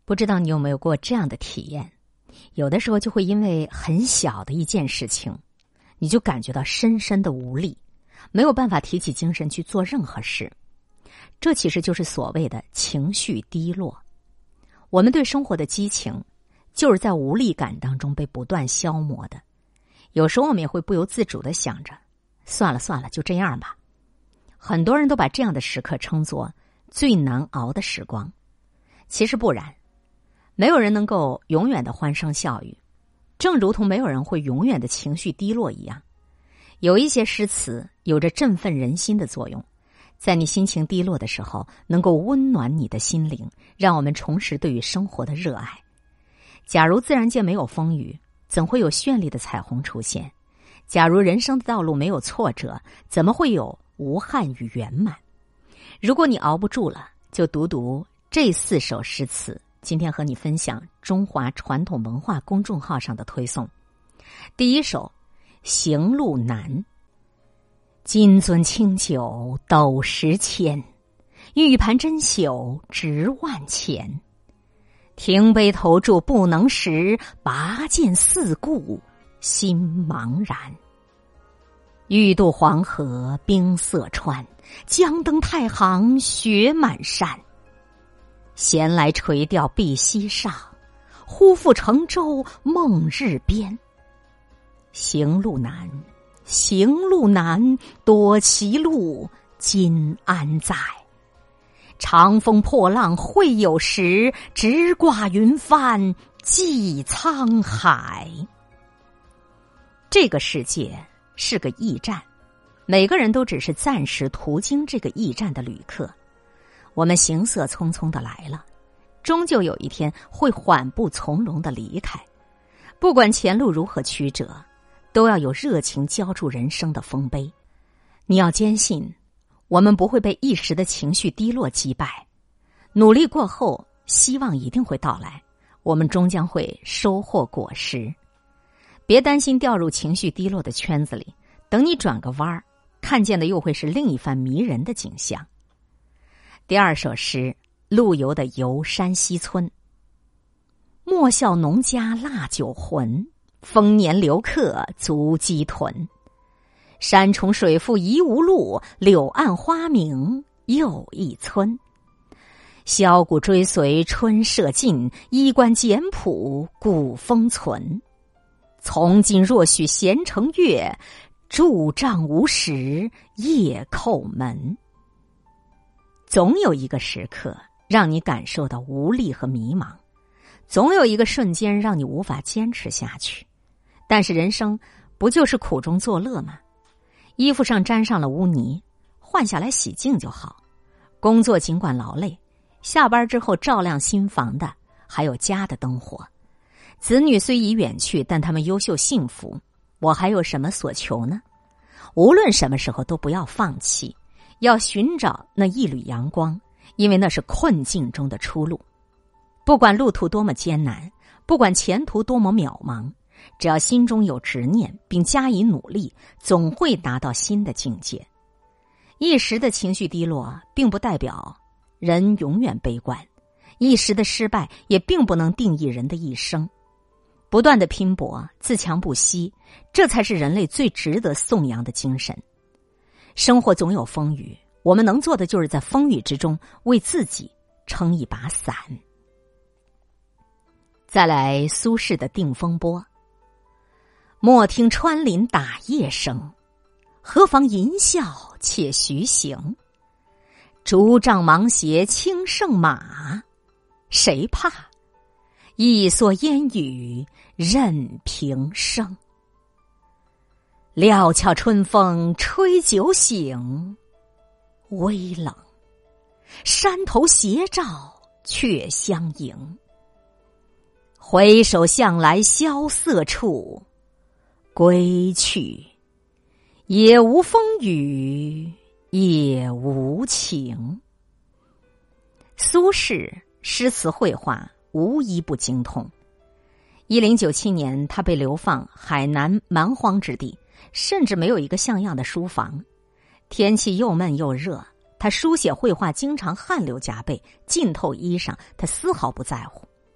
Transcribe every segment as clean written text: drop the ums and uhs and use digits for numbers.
不知道你有没有过这样的体验，有的时候就会因为很小的一件事情，你就感觉到深深的无力，没有办法提起精神去做任何事。这其实就是所谓的情绪低落。我们对生活的激情就是在无力感当中被不断消磨的。有时候我们也会不由自主地想着，算了算了，就这样吧。很多人都把这样的时刻称作最难熬的时光。其实不然，没有人能够永远的欢声笑语，正如同没有人会永远的情绪低落一样。有一些诗词有着振奋人心的作用，在你心情低落的时候，能够温暖你的心灵，让我们重拾对于生活的热爱。假如自然界没有风雨，怎会有绚丽的彩虹出现？假如人生的道路没有挫折，怎么会有无憾与圆满？如果你熬不住了，就读读这4首诗词。今天和你分享中华传统文化公众号上的推送。第一首《行路难》。金樽清酒斗十千，玉盘珍朽值万钱。停杯投箸不能食，拔剑四顾心茫然。欲渡黄河冰塞川，将登太行雪满山。闲来垂钓碧溪上，忽复乘舟梦日边。行路难，行路难，多歧路，今安在？长风破浪会有时，直挂云帆济沧海。这个世界是个驿站，每个人都只是暂时途经这个驿站的旅客。我们行色匆匆的来了，终究有一天会缓步从容的离开。不管前路如何曲折，都要有热情浇筑人生的丰碑。你要坚信，我们不会被一时的情绪低落击败，努力过后，希望一定会到来，我们终将会收获果实。别担心掉入情绪低落的圈子里，等你转个弯儿，看见的又会是另一番迷人的景象。第二首诗，陆游的《游山西村》。莫笑农家腊酒浑，丰年留客足鸡豚。山重水复疑无路，柳暗花明又一村。箫鼓追随春社尽，衣冠简朴古风存。从今若许闲乘月，驻帐无时夜叩门。总有一个时刻让你感受到无力和迷茫，总有一个瞬间让你无法坚持下去。但是人生不就是苦中作乐吗？衣服上沾上了污泥，换下来洗净就好。工作尽管劳累，下班之后照亮心房的还有家的灯火。子女虽已远去，但他们优秀幸福，我还有什么所求呢？无论什么时候都不要放弃，要寻找那一缕阳光，因为那是困境中的出路。不管路途多么艰难，不管前途多么渺茫，只要心中有执念并加以努力，总会达到新的境界。一时的情绪低落并不代表人永远悲观，一时的失败也并不能定义人的一生。不断的拼搏，自强不息，这才是人类最值得颂扬的精神。生活总有风雨，我们能做的就是在风雨之中为自己撑一把伞。再来苏轼的《定风波》。莫听穿林打叶声，何妨吟啸且徐行。竹杖芒鞋轻胜马，谁怕？一蓑烟雨任平生。料峭春风吹酒醒，微冷，山头斜照却相迎。回首向来萧瑟处，归去，也无风雨也无晴。苏轼诗词绘画无一不精通。1097年，他被流放海南蛮荒之地，甚至没有一个像样的书房，天气又闷又热，他书写绘画经常汗流浃背，浸透衣裳，他丝毫不在乎。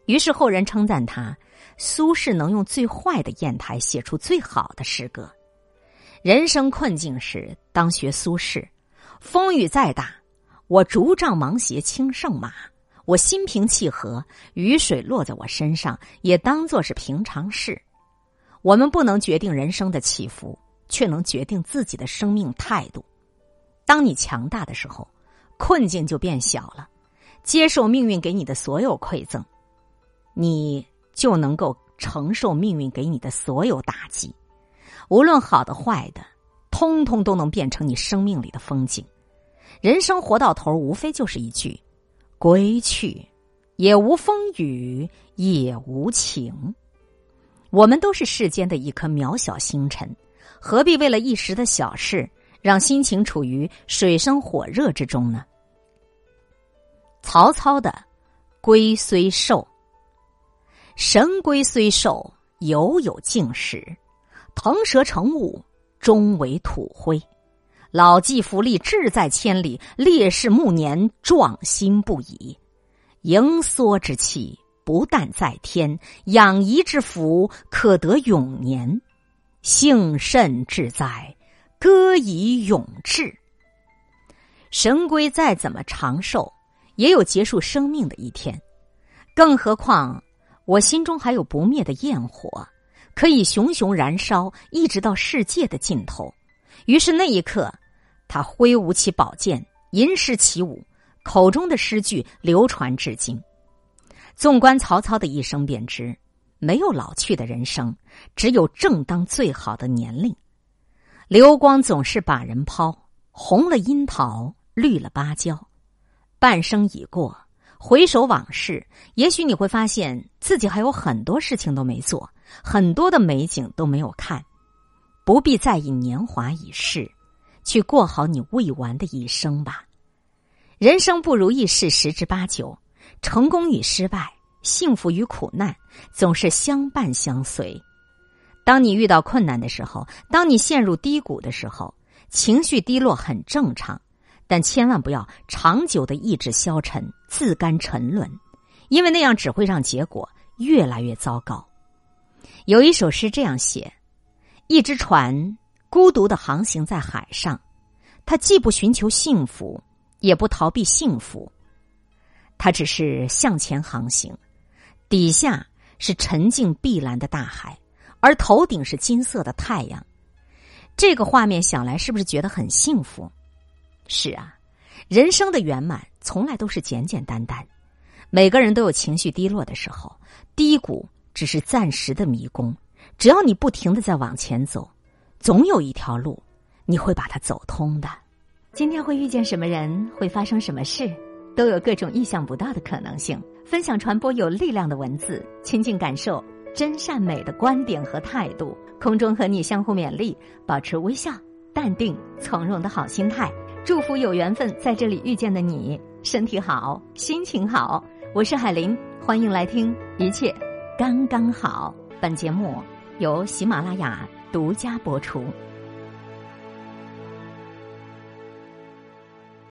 于是后人称赞他，苏轼能用最坏的砚台写出最好的诗歌。人生困境时，当学苏轼，风雨再大，我竹杖芒鞋轻胜马，我心平气和，雨水落在我身上也当作是平常事。我们不能决定人生的起伏，却能决定自己的生命态度。当你强大的时候，困境就变小了，接受命运给你的所有馈赠，你就能够承受命运给你的所有打击，无论好的坏的，通通都能变成你生命里的风景。人生活到头，无非就是一句归去，也无风雨也无晴。我们都是世间的一颗渺小星辰，何必为了一时的小事让心情处于水深火热之中呢？曹操的龟虽寿，神龟虽寿，犹有竟时，腾蛇乘雾，终为土灰。老骥伏枥，志在千里，烈士暮年，壮心不已。盈缩之气，不但在天，养怡之福，可得永年。幸甚至哉，歌以咏志。神龟再怎么长寿，也有结束生命的一天，更何况我心中还有不灭的焰火，可以熊熊燃烧，一直到世界的尽头。于是那一刻，他挥舞起宝剑，吟诗起舞，口中的诗句流传至今。纵观曹操的一生便知，没有老去的人生，只有正当最好的年龄。流光总是把人抛，红了樱桃，绿了芭蕉。半生已过，回首往事，也许你会发现自己还有很多事情都没做，很多的美景都没有看。不必在意年华已逝，去过好你未完的一生吧。人生不如意事十之八九，成功与失败，幸福与苦难，总是相伴相随。当你遇到困难的时候，当你陷入低谷的时候，情绪低落很正常，但千万不要长久的意志消沉，自甘沉沦，因为那样只会让结果越来越糟糕。有一首诗这样写：一只船孤独地航行在海上，它既不寻求幸福，也不逃避幸福，它只是向前航行，底下是沉静碧蓝的大海，而头顶是金色的太阳。这个画面想来是不是觉得很幸福？是啊，人生的圆满从来都是简简单单。每个人都有情绪低落的时候，低谷只是暂时的迷宫，只要你不停地在往前走，总有一条路你会把它走通的。今天会遇见什么人，会发生什么事，都有各种意想不到的可能性。分享传播有力量的文字，亲近感受真善美的观点和态度。空中和你相互勉励，保持微笑、淡定、从容的好心态。祝福有缘分在这里遇见的你，身体好，心情好。我是海林，欢迎来听一切刚刚好。本节目由喜马拉雅独家播出。